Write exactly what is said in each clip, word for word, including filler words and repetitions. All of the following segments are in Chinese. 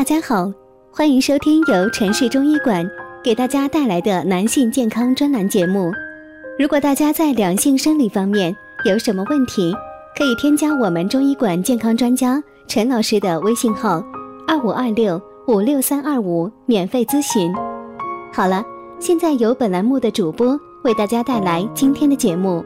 大家好，欢迎收听由城市中医馆给大家带来的男性健康专栏节目。如果大家在两性生理方面有什么问题，可以添加我们中医馆健康专家陈老师的微信号二五二六五六三二五免费咨询。好了，现在由本栏目的主播为大家带来今天的节目。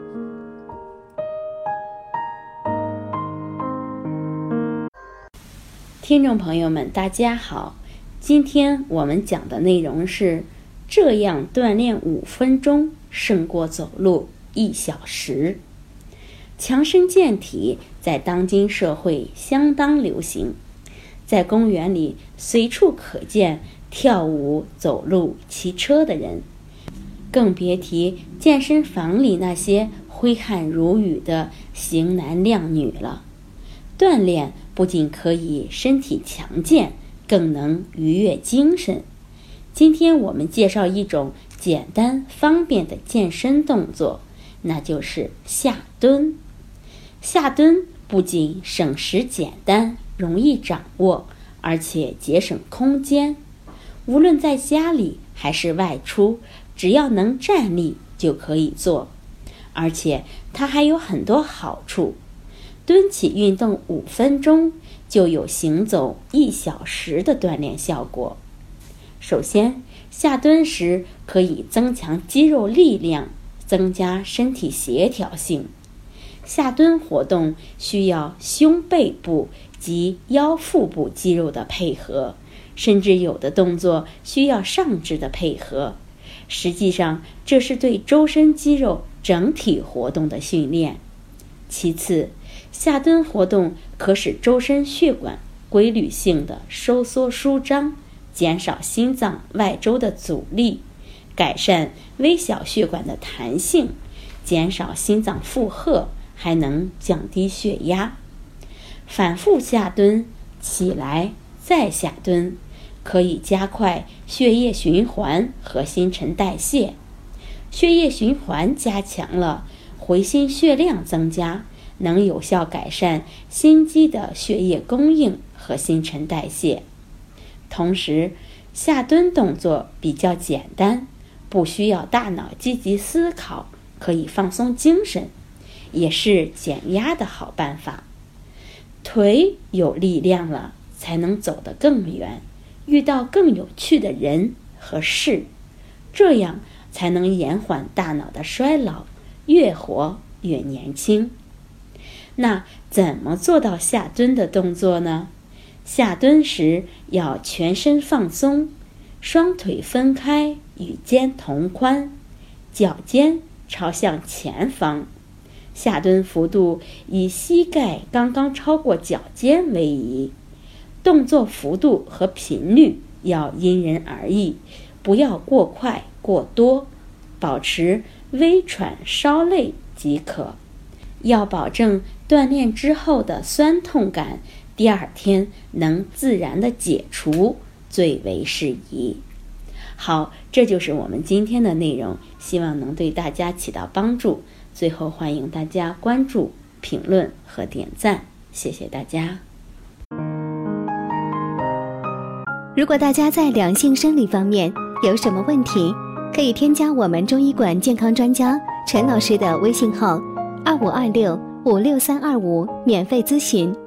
听众朋友们，大家好，今天我们讲的内容是这样锻炼五分钟胜过走路一小时。强身健体在当今社会相当流行，在公园里随处可见跳舞、走路、骑车的人，更别提健身房里那些挥汗如雨的型男靓女了。锻炼不仅可以身体强健，更能愉悦精神。今天我们介绍一种简单方便的健身动作，那就是下蹲。下蹲不仅省时简单，容易掌握，而且节省空间。无论在家里还是外出，只要能站立就可以做，而且它还有很多好处。蹲起运动五分钟，就有行走一小时的锻炼效果。首先，下蹲时可以增强肌肉力量，增加身体协调性。下蹲活动需要胸背部及腰腹部肌肉的配合，甚至有的动作需要上肢的配合。实际上，这是对周身肌肉整体活动的训练。其次，下蹲活动可使周身血管规律性的收缩舒张，减少心脏外周的阻力，改善微小血管的弹性，减少心脏负荷，还能降低血压。反复下蹲，起来再下蹲，可以加快血液循环和新陈代谢。血液循环加强了，回心血量增加，能有效改善心肌的血液供应和新陈代谢。同时，下蹲动作比较简单，不需要大脑积极思考，可以放松精神，也是减压的好办法。腿有力量了，才能走得更远，遇到更有趣的人和事，这样才能延缓大脑的衰老，越活越年轻。那怎么做到下蹲的动作呢？下蹲时要全身放松，双腿分开与肩同宽，脚尖朝向前方。下蹲幅度以膝盖刚刚超过脚尖为宜，动作幅度和频率要因人而异，不要过快过多，保持微喘稍累即可。要保证锻炼之后的酸痛感第二天能自然的解除，最为适宜。好，这就是我们今天的内容，希望能对大家起到帮助。最后欢迎大家关注、评论和点赞，谢谢大家。 如果大家在两性生理方面有什么问题，可以添加我们中医馆健康专家陈老师的微信号二五二六五六三二五免费咨询。